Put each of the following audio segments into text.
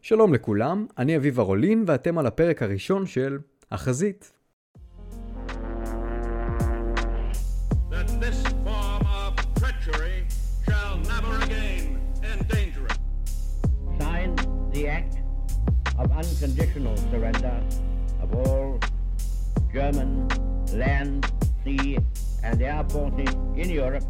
שלום לכולם, אני אביב הרולין ואתם על הפרק הראשון של החזית. That this form of treachery shall never again endanger it. Signed the act of unconditional surrender of all German land, sea and air forces in Europe.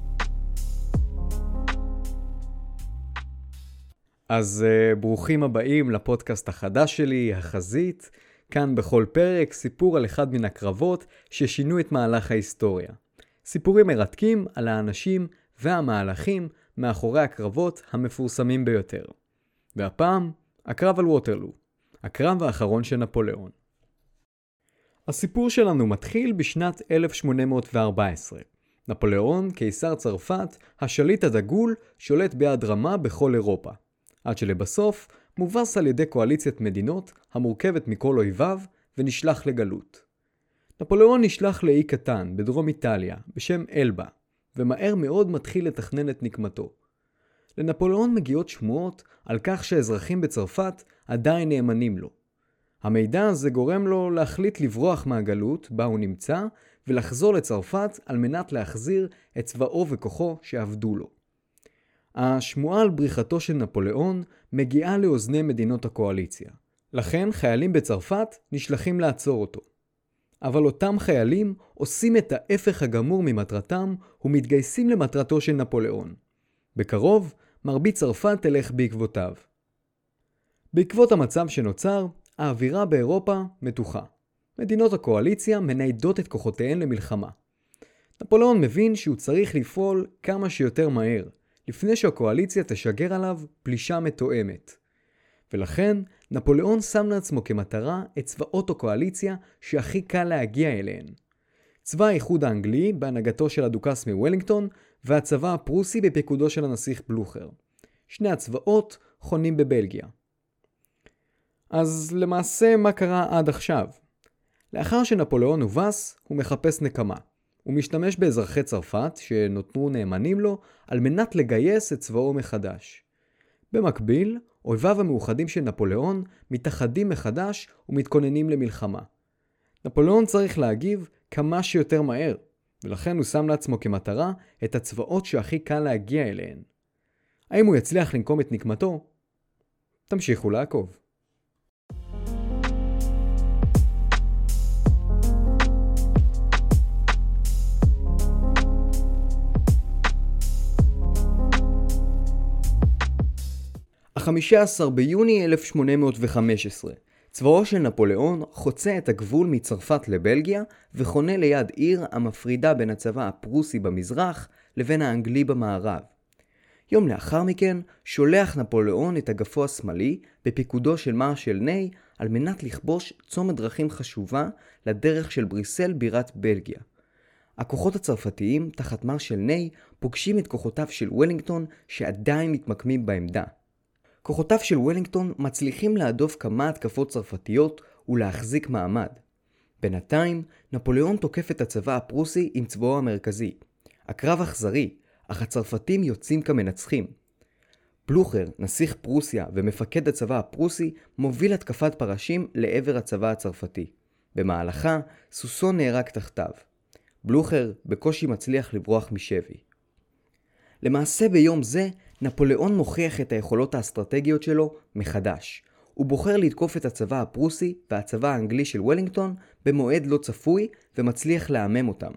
אז ברוכים הבאים לפודקאסט החדש שלי, החזית. כאן בכל פרק סיפור על אחד מן הקרבות ששינו את מהלך ההיסטוריה. סיפורים מרתקים על האנשים והמהלכים מאחורי הקרבות המפורסמים ביותר. והפעם, הקרב על ווטרלו, הקרב האחרון של נפוליאון. הסיפור שלנו מתחיל בשנת 1814. נפוליאון, קיסר צרפת, השליט הדגול, שולט ביד רמה בכל אירופה. עד שלבסוף מובס על ידי קואליציית מדינות המורכבת מכל אויביו ונשלח לגלות. נפוליאון נשלח לאי קטן בדרום איטליה בשם אלבה, ומהר מאוד מתחיל לתכנן את נקמתו. לנפוליאון מגיעות שמועות על כך שהאזרחים בצרפת עדיין נאמנים לו. המידע הזה גורם לו להחליט לברוח מהגלות בה הוא נמצא ולחזור לצרפת על מנת להחזיר את צבאו וכוחו שעבדו לו. השמועה על בריחתו של נפוליאון מגיעה לאוזני מדינות הקואליציה. לכן חיילים בצרפת נשלחים לעצור אותו. אבל אותם חיילים עושים את ההפך הגמור ממטרתם ומתגייסים למטרתו של נפוליאון. בקרוב מרבית צרפת תלך בעקבותיו. בעקבות המצב שנוצר, האווירה באירופה מתוחה. מדינות הקואליציה מניידות את כוחותיהן למלחמה. נפוליאון מבין שהוא צריך לפעול כמה שיותר מהר, לפני שהקואליציה תשגר עליו פלישה מתואמת. ולכן נפוליאון שם לעצמו כמטרה את צבאות הקואליציה שהכי קל להגיע אליהן. צבא האיחוד האנגלי בהנהגתו של הדוכס מוולינגטון והצבא הפרוסי בפיקודו של הנסיך בלוכר. שני הצבאות חונים בבלגיה. אז למעשה מה קרה עד עכשיו? לאחר שנפוליאון הובס הוא מחפש נקמה. הוא משתמש באזרחי צרפת שנותרו נאמנים לו על מנת לגייס את צבאו מחדש. במקביל, אויביו המאוחדים של נפוליאון מתאחדים מחדש ומתכוננים למלחמה. נפוליאון צריך להגיב כמה שיותר מהר, ולכן הוא שם לעצמו כמטרה את הצבאות שהכי קל להגיע אליהן. האם הוא יצליח לנקום את נקמתו? תמשיכו לעקוב. ה-15 ביוני 1815, צבאו של נפוליאון חוצה את הגבול מצרפת לבלגיה וחונה ליד עיר המפרידה בין הצבא הפרוסי במזרח לבין האנגלי במערב. יום לאחר מכן שולח נפוליאון את אגפו השמאלי בפיקודו של מרשל ניי על מנת לכבוש צומת דרכים חשובה לדרך של בריסל בירת בלגיה. הכוחות הצרפתיים תחת מרשל ניי פוגשים את כוחותיו של וולינגטון שעדיין מתמקמים בעמדה. כוחותיו של וולינגטון מצליחים להדוף כמה התקפות צרפתיות ולהחזיק מעמד. בינתיים, נפוליאון תוקף את הצבא הפרוסי עם צבאו המרכזי. הקרב אכזרי, אך הצרפתים יוצאים כמנצחים. בלוכר, נסיך פרוסיה ומפקד הצבא הפרוסי, מוביל התקפת פרשים לעבר הצבא הצרפתי. במהלכה, סוסו נהרג תחתיו. בלוכר בקושי מצליח לברוח משבי. למעשה ביום זה, נפוליאון מוכיח את היכולות האסטרטגיות שלו מחדש. הוא בוחר לתקוף את הצבא הפרוסי והצבא האנגלי של וולינגטון במועד לא צפוי ומצליח להמם אותם.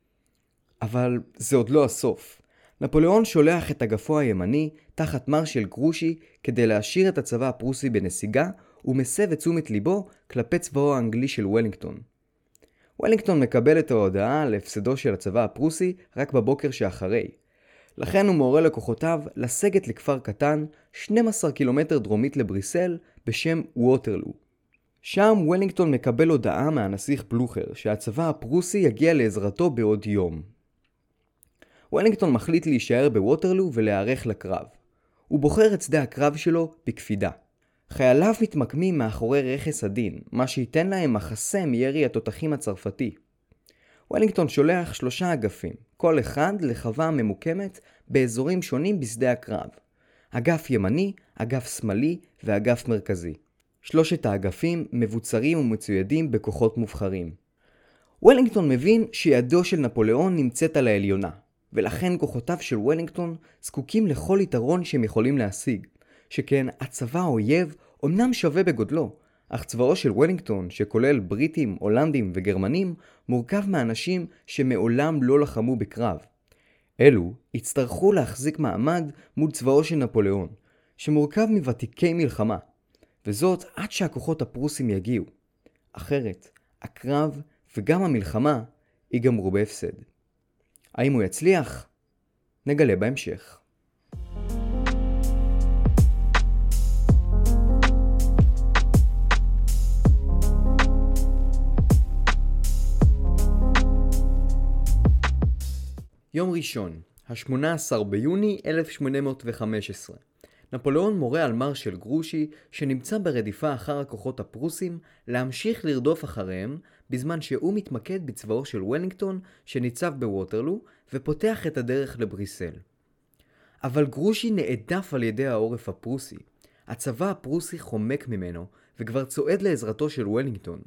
אבל זה עוד לא הסוף. נפוליאון שולח את אגפו הימני תחת מרשל גרושי כדי להשאיר את הצבא הפרוסי בנסיגה ומסב את תשומת ליבו כלפי צבאו האנגלי של וולינגטון. וולינגטון מקבל את ההודעה על הפסדו של הצבא הפרוסי רק בבוקר שאחרי. לכן הוא מורה לכוחותיו לסגת לכפר קטן 12 קילומטר דרומית לבריסל בשם ווטרלו. שם וולינגטון מקבל הודעה מהנסיך בלוכר שהצבא הפרוסי יגיע לעזרתו בעוד יום. וולינגטון מחליט להישאר בווטרלו ולהיערך לקרב. הוא בוחר את שדה הקרב שלו בקפידה. חייליו מתמקמים מאחורי רכס הדין, מה שייתן להם מחסה מירי התותחים הצרפתי. וולינגטון שולח 3 אגפים, כל אחד לחווה ממוקמת באזורים שונים בשדה הקרב. אגף ימני, אגף שמאלי ואגף מרכזי. שלושת האגפים מבוצרים ומצוידים בכוחות מובחרים. וולינגטון מבין שידו של נפוליאון נמצאת על העליונה, ולכן כוחותיו של וולינגטון זקוקים לכל יתרון שהם יכולים להשיג, שכן הצבא האויב אומנם שווה בגודלו, אך צבאו של וולינגטון, שכולל בריטים, הולנדים וגרמנים, מורכב מאנשים שמעולם לא לחמו בקרב. אלו יצטרכו להחזיק מעמד מול צבאו של נפוליאון, שמורכב מוותיקי מלחמה, וזאת עד שהכוחות הפרוסים יגיעו. אחרת, הקרב וגם המלחמה ייגמרו בהפסד. האם הוא יצליח? נגלה בהמשך. יום ראשון, ה-18 ביוני 1815. נפוליאון מורה על מרשל גרושי, שנמצא ברדיפה אחר הכוחות הפרוסים, להמשיך לרדוף אחריהם, בזמן שהוא מתמקד בצבאו של וולינגטון, שניצב בווטרלו, ופותח את הדרך לבריסל. אבל גרושי נעדף על ידי העורף הפרוסי. הצבא הפרוסי חומק ממנו, וכבר צועד לעזרתו של וולינגטון.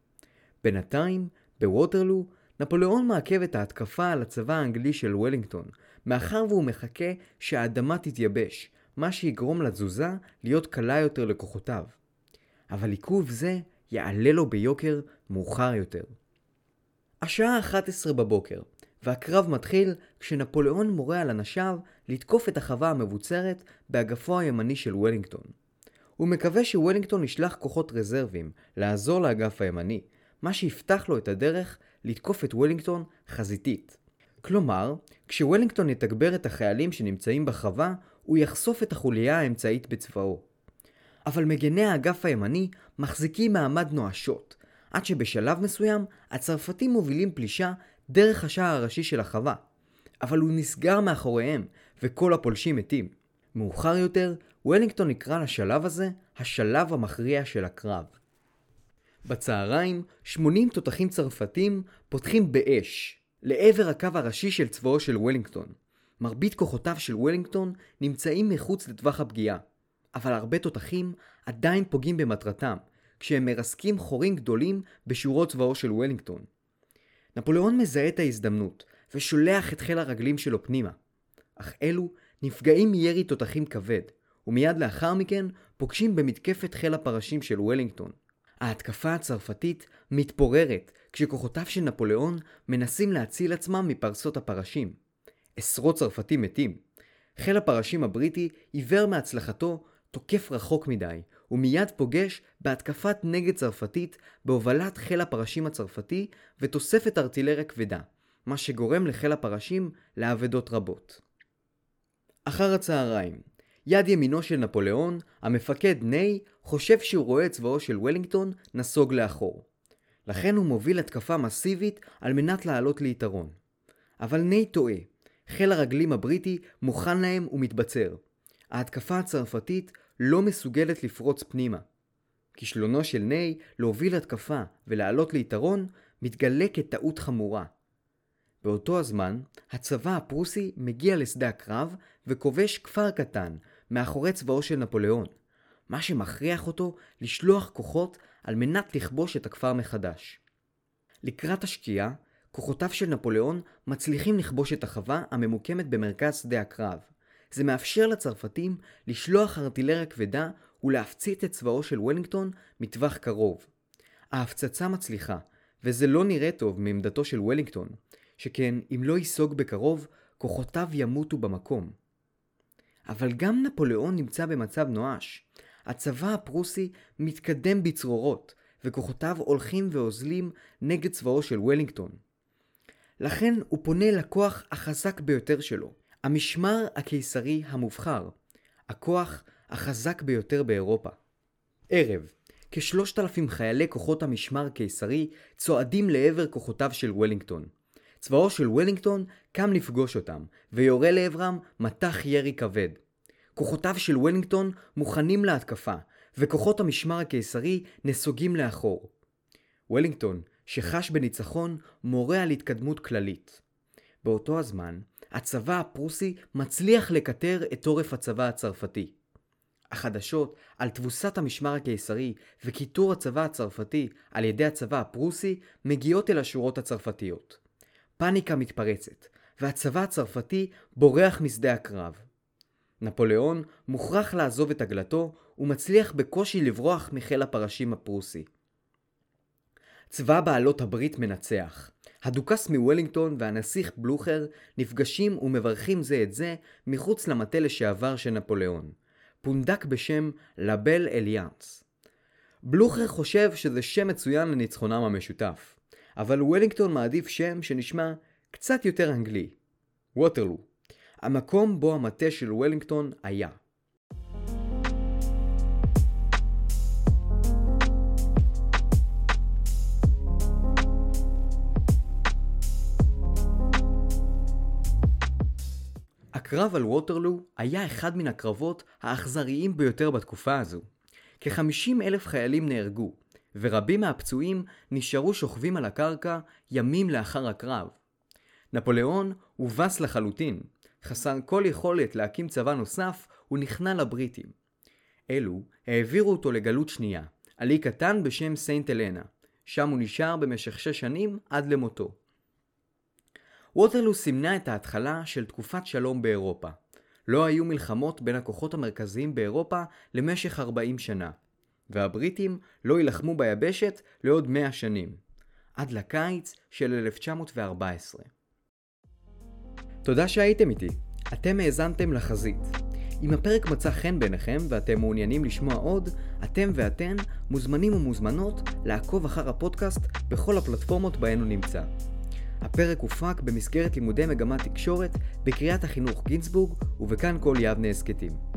בינתיים, בווטרלו, נפוליאון מעכב את ההתקפה על הצבא האנגלי של וולינגטון, מאחר והוא מחכה שהאדמה תתייבש, מה שיגרום לתזוזה להיות קלה יותר לכוחותיו. אבל עיכוב זה יעלה לו ביוקר מאוחר יותר. השעה 11 בבוקר, והקרב מתחיל כשנפוליאון מורה על אנשיו לתקוף את החווה המבוצרת באגפו הימני של וולינגטון. הוא מקווה שוולינגטון ישלח כוחות רזרבים לעזור לאגף הימני, מה שיפתח לו את הדרך לתקוף את וולינגטון חזיתית. כלומר, כשוולינגטון יתגבר את החיילים שנמצאים בחווה, הוא יחשוף את החוליה האמצעית בצבאו. אבל מגני האגף הימני מחזיקים מעמד נואשות, עד שבשלב מסוים הצרפתים מובילים פלישה דרך השער הראשי של החווה, אבל הוא נסגר מאחוריהם וכל הפולשים מתים. מאוחר יותר, וולינגטון נקרא לשלב הזה השלב המכריע של הקרב. בצהריים, 80 תותחים צרפתים פותחים באש לעבר הקו הראשי של צבאו של וולינגטון. מרבית כוחותיו של וולינגטון נמצאים מחוץ לטווח הפגיעה, אבל הרבה תותחים עדיין פוגעים במטרתם, כשהם מרסקים חורים גדולים בשורות צבאו של וולינגטון. נפוליאון מזהה את ההזדמנות ושולח את חיל הרגלים שלו פנימה, אך אלו נפגעים מירי תותחים כבד, ומיד לאחר מכן פוגשים במתקפת חיל הפרשים של וולינגטון. ההתקפה הצרפתית מתפוררת כשכוחותיו של נפוליאון מנסים להציל עצמם מפרסות הפרשים. עשרות צרפתים מתים. חיל הפרשים הבריטי עיוור מהצלחתו, תוקף רחוק מדי, ומיד פוגש בהתקפת נגד צרפתית בהובלת חיל הפרשים הצרפתי ותוספת ארטילריה כבדה, מה שגורם לחיל הפרשים לאבדות רבות. אחר הצהריים, יד ימינו של נפוליאון, המפקד ניי, חושב שהוא רואה את צבאו של וולינגטון נסוג לאחור. לכן הוא מוביל התקפה מסיבית על מנת לעלות ליתרון. אבל ניי טועה. חיל הרגלים הבריטי מוכן להם ומתבצר. ההתקפה הצרפתית לא מסוגלת לפרוץ פנימה. כישלונו של ניי להוביל התקפה ולעלות ליתרון מתגלה כטעות חמורה. באותו הזמן, הצבא הפרוסי מגיע לשדה הקרב וכובש כפר קטן מאחורי צבאו של נפוליאון, מה שמכריח אותו לשלוח כוחות על מנת לכבוש את הכפר מחדש. לקראת השקיעה, כוחותיו של נפוליאון מצליחים לכבוש את החווה הממוקמת במרכז שדה הקרב. זה מאפשר לצרפתים לשלוח ארטילריה כבדה ולהפציץ את צבאו של וולינגטון מטווח קרוב. ההפצצה מצליחה, וזה לא נראה טוב מעמדתו של וולינגטון, שכן אם לא ייסוג בקרוב, כוחותיו ימותו במקום. אבל גם נפוליאון נמצא במצב נואש. הצבא הפרוסי מתקדם בצרורות, וכוחותיו הולכים ואוזלים נגד צבאו של וולינגטון. לכן הוא פונה לכוח החזק ביותר שלו, המשמר הקיסרי המובחר, הכוח החזק ביותר באירופה. ערב, כ-3,000 חיילי כוחות המשמר הקיסרי צועדים לעבר כוחותיו של וולינגטון. צבאו של וולינגטון קם לפגוש אותם, ויורה לעברם מטח ירי כבד. כוחותיו של וולינגטון מוכנים להתקפה, וכוחות המשמר הקיסרי נסוגים לאחור. וולינגטון, שחש בניצחון, מורה על התקדמות כללית. באותו הזמן, הצבא הפרוסי מצליח לקטר את עורף הצבא הצרפתי. החדשות על תבוסת המשמר הקיסרי וקיטור הצבא הצרפתי על ידי הצבא הפרוסי מגיעות אל השורות הצרפתיות. פאניקה מתפרצת, והצבא הצרפתי בורח משדה הקרב. נפוליאון מוכרח לעזוב את עגלתו ומצליח בקושי לברוח מחיל הפרשים הפרוסי. צבא בעלות הברית מנצח. הדוכס מוולינגטון והנסיך בלוכר נפגשים ומברכים זה את זה מחוץ למטה לשעבר של נפוליאון, פונדק בשם לבל אליאנס. בלוכר חושב שזה שם מצוין לניצחונם המשותף, אבל וולינגטון מעדיף שם שנשמע קצת יותר אנגלי, ווטרלו, המקום בו המטה של וולינגטון היה. הקרב על ווטרלו היה אחד מן הקרבות האכזריים ביותר בתקופה הזו. כ-50,000 חיילים נהרגו, ורבים מהפצועים נשארו שוכבים על הקרקע ימים לאחר הקרב. נפוליאון הובס לחלוטין, חסר כל יכולת להקים צבא נוסף ונכנע לבריטים. אלו העבירו אותו לגלות שנייה, על אי קטן בשם סנט אלנה, שם הוא נשאר במשך 6 שנים עד למותו. ווטרלו סימנה את ההתחלה של תקופת שלום באירופה. לא היו מלחמות בין הכוחות המרכזיים באירופה למשך 40 שנה, והבריטים לא ילחמו ביבשת לעוד 100 שנים, עד לקיץ של 1914. תודה שהייתם איתי. אתם האזנתם לחזית. אם הפרק מצא חן בעיניכם ואתם מעוניינים לשמוע עוד, אתם ואתן מוזמנים ומוזמנות לעקוב אחר הפודקאסט בכל הפלטפורמות בהן הוא נמצא. הפרק הופק במסגרת לימודי מגמת תקשורת בקריית החינוך גינסבורג ובכאן כל יבנה הסקטים.